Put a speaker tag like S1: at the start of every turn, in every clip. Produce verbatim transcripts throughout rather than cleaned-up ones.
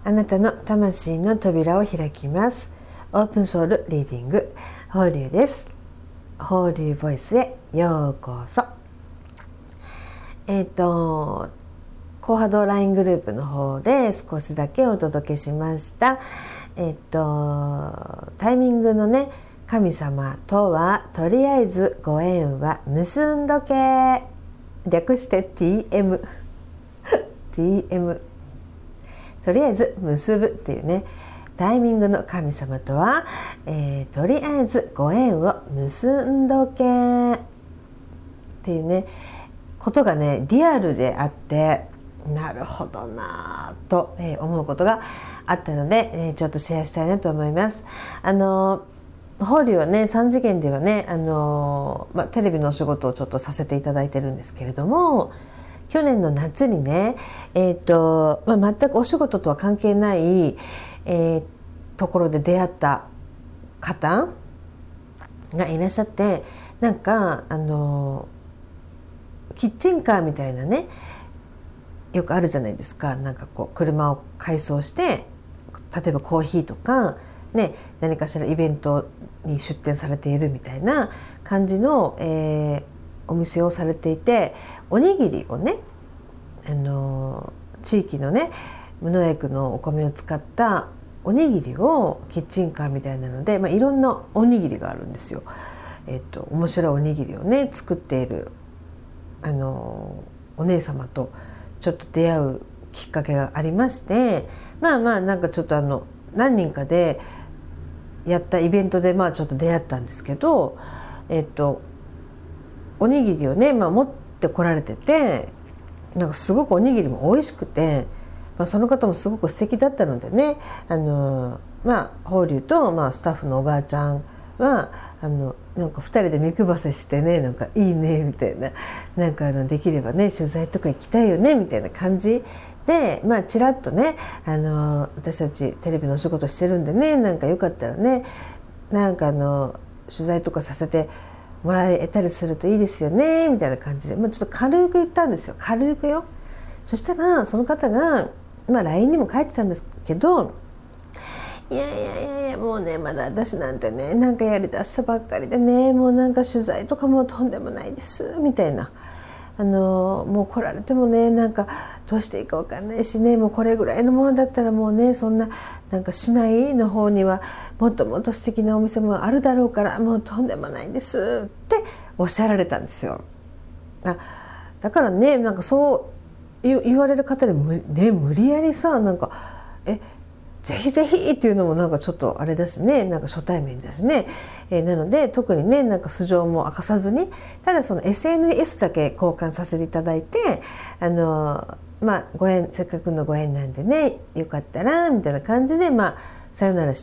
S1: あなたの魂の扉を開きます。オープンソウルリーディング法隆です。法隆ボイスへようこそ。えっ、ー、と高波動 ライン グループの方で少しだけお届けしました。えっ、ー、とタイミングのね、神様とはとりあえずご縁は結んどけ、略して ティーエム ティーエム とりあえず結ぶっていうね、タイミングの神様とは、えー、とりあえずご縁を結んどけっていうねことがねリアルであって、なるほどなと思うことがあったので、えー、ちょっとシェアしたいなと思います。あの法隆はねさん次元ではね、あの、まあ、テレビのお仕事をちょっとさせていただいてるんですけれども、去年の夏にね、えーとまあ、全くお仕事とは関係ない、えー、ところで出会った方がいらっしゃって、なんかあのキッチンカーみたいなね、よくあるじゃないですか。なんかこう車を改装して、例えばコーヒーとか、ね、何かしらイベントに出店されているみたいな感じの、えーお店をされていて、おにぎりをね、あの地域のね無農薬のお米を使ったおにぎりをキッチンカーみたいなので、まあ、いろんなおにぎりがあるんですよ。えっと面白いおにぎりをね作っているあのお姉様とちょっと出会うきっかけがありまして、まあまあなんかちょっとあの何人かでやったイベントでまあちょっと出会ったんですけど、えっとおにぎりをね、まあ、持ってこられてて、なんかすごくおにぎりも美味しくて、まあ、その方もすごく素敵だったのでね、あのまあ法隆と、まあ、スタッフのおばあちゃんはあのなんかふたりで目配せしてね、なんかいいねみたいな、なんかあのできればね取材とか行きたいよねみたいな感じで、まあちらっとね、あの私たちテレビのお仕事してるんでね、なんかよかったらね、なんかあの取材とかさせてもらえたりするといいですよねみたいな感じで、まあ、ちょっと軽く言ったんですよ。軽くよ。そしたらその方が、まあ、ライン にも書いてたんですけど、いやいやいやいやもうね、まだ私なんてね、なんかやりだしたばっかりでね、もうなんか取材とかもとんでもないですみたいな、あのもう来られてもね、なんかどうしていいか分かんないしね、もうこれぐらいのものだったらもうね、そんななんか市内の方にはもっともっと素敵なお店もあるだろうから、もうとんでもないですっておっしゃられたんですよ。あだからね、なんかそう言われる方にむ、ね、無理やりさ、なんかえぜひぜひっていうのもなんかちょっとあれですね、なんか初対面ですね、えー、なので特にね、なんか素性も明かさずに、ただその エスエヌエス だけ交換させていただいて、あのまあご縁、せっかくのご縁なんでね、よかったらみたいな感じで、まあさよならして、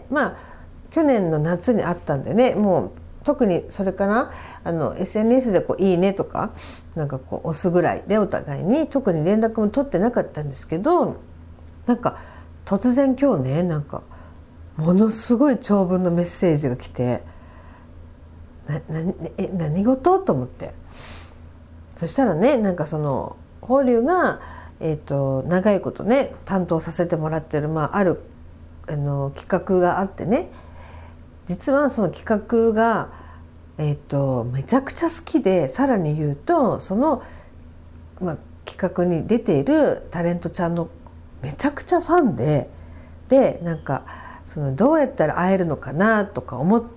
S1: まあ去年の夏に会ったんでね、もう特にそれからあの エスエヌエス でこういいねとかなんかこう押すぐらいで、お互いに特に連絡も取ってなかったんですけど、なんか突然今日ね、なんかものすごい長文のメッセージが来て、ななえ何事と思って、そしたらね、なんかその法隆が、えーと、長いことね担当させてもらってる、まあ、あるあの企画があってね、実はその企画が、えーと、めちゃくちゃ好きで、さらに言うとその、まあ、企画に出ているタレントちゃんのめちゃくちゃファンで、でなんかそのどうやったら会えるのかなとか思って、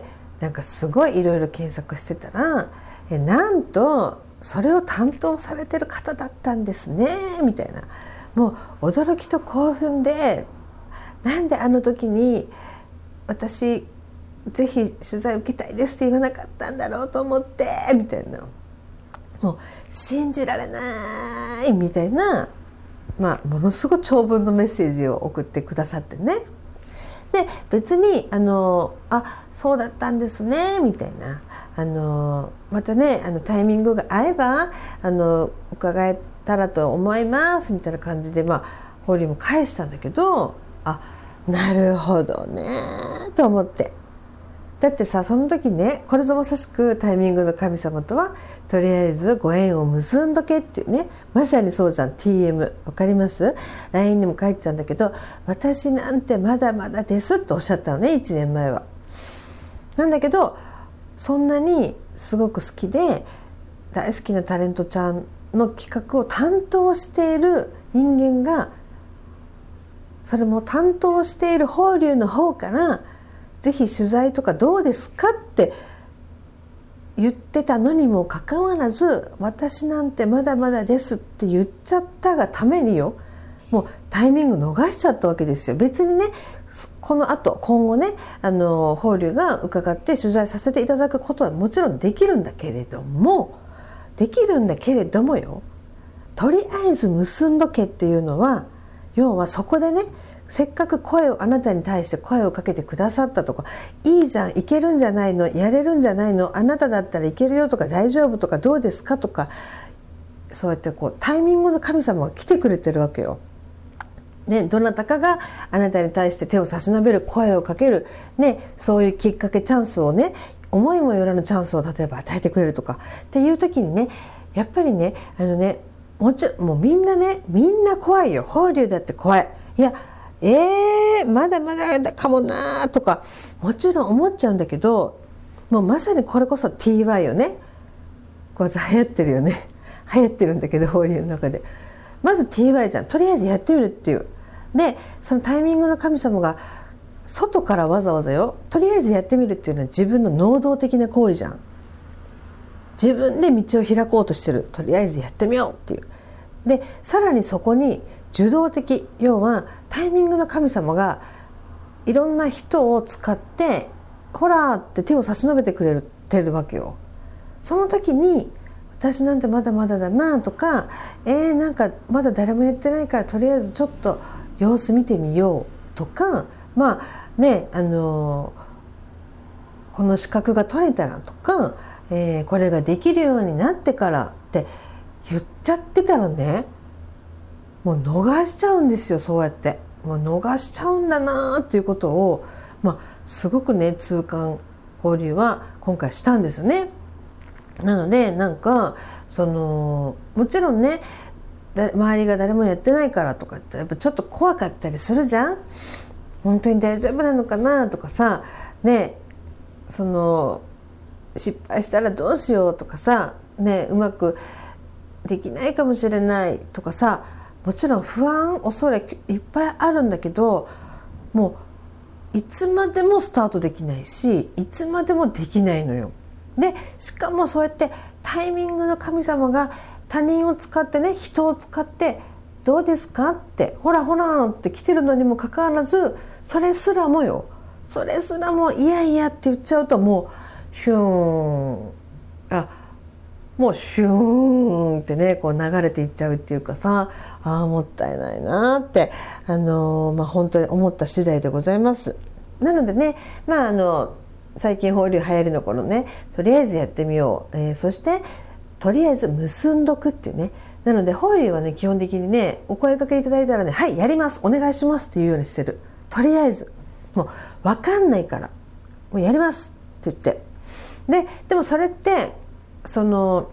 S1: なんかすごいいろいろ検索してたら、えなんとそれを担当されてる方だったんですねみたいな、もう驚きと興奮で、なんであの時に私ぜひ取材受けたいですって言わなかったんだろうと思ってみたいな、もう信じられないみたいな、まあ、ものすごい長文のメッセージを送ってくださってね。で別にあのあそうだったんですねみたいな、あのまたねあのタイミングが合えばあの伺えたらと思いますみたいな感じで、まあ法隆も返したんだけど、あなるほどねと思って、 だってさ、その時ね、これぞまさしくタイミングの神様とはとりあえずご縁を結んどけっていうね、まさにそうじゃん。 ティーエム わかります？ ライン にも書いてたんだけど、私なんてまだまだですっておっしゃったのね、いちねんまえは。なんだけど、そんなにすごく好きで大好きなタレントちゃんの企画を担当している人間が、それも担当している法隆の方からぜひ取材とかどうですかって言ってたのにもかかわらず、私なんてまだまだですって言っちゃったがためによ、もうタイミング逃しちゃったわけですよ。別にね、この後今後ね、あの法隆が伺って取材させていただくことはもちろんできるんだけれどもできるんだけれどもよ、とりあえず結んどけっていうのは、要はそこでね、せっかく声をあなたに対して声をかけてくださったとか、いいじゃん、いけるんじゃないの、やれるんじゃないの、あなただったらいけるよとか、大丈夫とか、どうですかとか、そうやってこうタイミングの神様が来てくれてるわけよ。ね、どなたかがあなたに対して手を差し伸べる、声をかける、ね、そういうきっかけ、チャンスをね、思いもよらぬチャンスを例えば与えてくれるとかっていう時にね、やっぱりね、あのね、もちろんもうみんなね、みんな怖いよ。法隆だって怖い。いや、えー、まだまだかもなとかもちろん思っちゃうんだけど、もうまさにこれこそ ティーワイ よね。こう流行ってるよね。流行ってるんだけど、法隆の中でまず ティーワイ じゃん。とりあえずやってみるっていう。でそのタイミングの神様が外からわざわざよ、とりあえずやってみるっていうのは自分の能動的な行為じゃん。自分で道を開こうとしてる。とりあえずやってみようっていう。でさらにそこに受動的、要はタイミングの神様がいろんな人を使ってほらって手を差し伸べてくれてるわけよ。その時に私なんてまだまだだなとか、えー、なんかまだ誰もやってないからとりあえずちょっと様子見てみようとか、まあね、あのー、この資格が取れたらとか、えー、これができるようになってからって言っちゃってたらね、もう逃しちゃうんですよ。そうやってもう逃しちゃうんだなっていうことを、まあ、すごくね痛感法隆は今回したんですよね。なのでなんかそのもちろんね、周りが誰もやってないからとかってやっぱちょっと怖かったりするじゃん。本当に大丈夫なのかなとかさ、ね、その失敗したらどうしようとかさ、ね、うまくできないかもしれないとかさ、もちろん不安、恐れいっぱいあるんだけど、もういつまでもスタートできないし、いつまでもできないのよ。でしかもそうやってタイミングの神様が他人を使ってね、人を使ってどうですかってほらほらって来てるのにもかかわらず、それすらもよ、それすらもいやいやって言っちゃうと、もうシューン、あもうシューンってね、こう流れていっちゃうっていうかさ、ああもったいないなって、あのー、まあ本当に思った次第でございます。なのでね、まああの最近法隆流行りの頃ね、とりあえずやってみよう、えー、そしてとりあえず結んどくっていうね。なので法隆はね、基本的にね、お声かけいただいたらね、はいやります、お願いしますっていうようにしてる。とりあえずもう分かんないからもうやりますって言って、ででもそれってその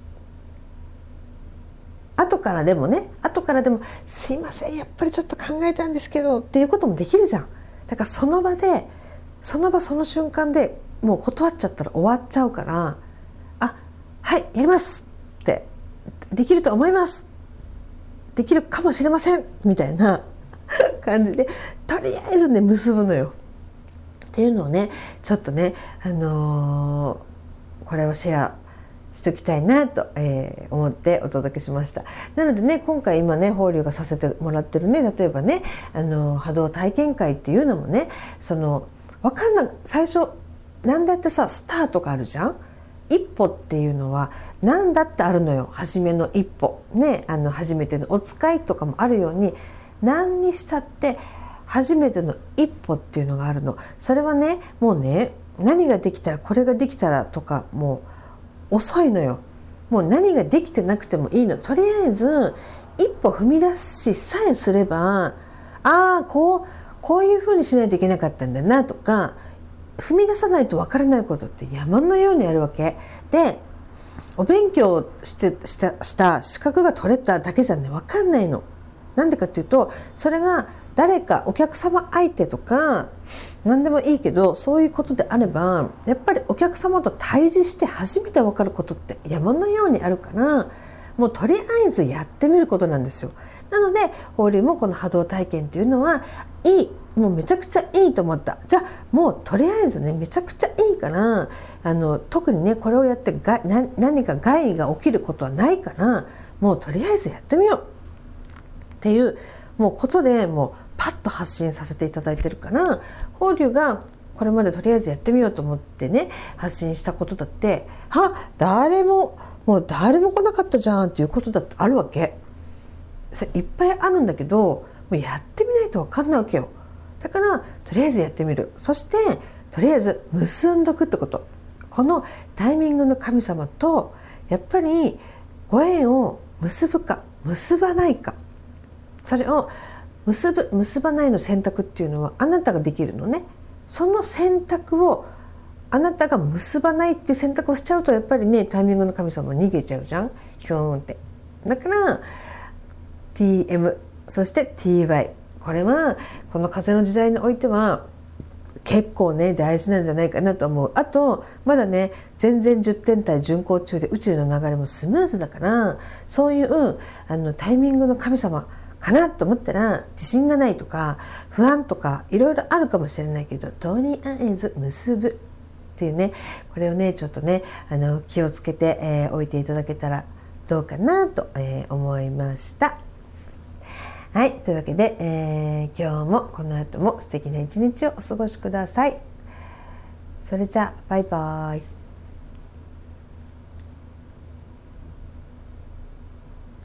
S1: 後からでもね、後からでもすいませんやっぱりちょっと考えたんですけどっていうこともできるじゃん。だからその場でその場その瞬間でもう断っちゃったら終わっちゃうから、あはいやりますって、できると思います、できるかもしれませんみたいな感じでとりあえずね結ぶのよ。っていうのをねちょっとね、あのー、これをシェアしときたいなと、えー、思ってお届けしました。なのでね、今回今ね法隆がさせてもらってるね、例えばね、あの波動体験会っていうのもね、その分かんない、最初何だってさスタートがあるじゃん。一歩っていうのは何だってあるのよ。初めの一歩ね、あの初めてのお使いとかもあるように、何にしたって初めての一歩っていうのがあるの。それはね、もうね、何ができたらこれができたらとかもう遅いのよ。もう何ができてなくてもいいの。とりあえず一歩踏み出しさえすれば、ああこうこういうふうにしないといけなかったんだなとか、 踏み出さないとわからないことって山のようにあるわけで、お勉強してしたした資格が取れただけじゃね分かんないの。なんでかっていうと、それが誰かお客様相手とか何でもいいけど、そういうことであればやっぱりお客様と対峙して初めて分かることって山のようにあるから、もうとりあえずやってみることなんですよ。なので法隆もこの波動体験っていうのはいい、もうめちゃくちゃいいと思った。じゃあもうとりあえずねめちゃくちゃいいから、あの特にねこれをやってがな何か害が起きることはないから、もうとりあえずやってみようっていうもうことでもうパッと発信させていただいてるから、法隆がこれまでとりあえずやってみようと思ってね発信したことだって、あ誰ももう誰も来なかったじゃんっていうことだってあるわけ。それいっぱいあるんだけど、もうやってみないと分かんないわけよ。だからとりあえずやってみる、そしてとりあえず結んどくってこと。このタイミングの神様とやっぱりご縁を結ぶか結ばないか、それを結ぶ結ばないの選択っていうのはあなたができるのね。その選択をあなたが結ばないっていう選択をしちゃうと、やっぱりねタイミングの神様逃げちゃうじゃん、ヒューンって。だから ティーエム そして ティーワイ、 これはこの風の時代においては結構ね大事なんじゃないかなと思う。あとまだね全然じゅってん体巡行中で宇宙の流れもスムーズだから、そういうあのタイミングの神様かなと思ったら、自信がないとか不安とかいろいろあるかもしれないけど、とりあえず結ぶっていうね、これをねちょっとねあの気をつけて、えー、おいていただけたらどうかなと、えー、思いました。はい、というわけで、えー、今日もこの後も素敵な一日をお過ごしください。それじゃあバイバイ。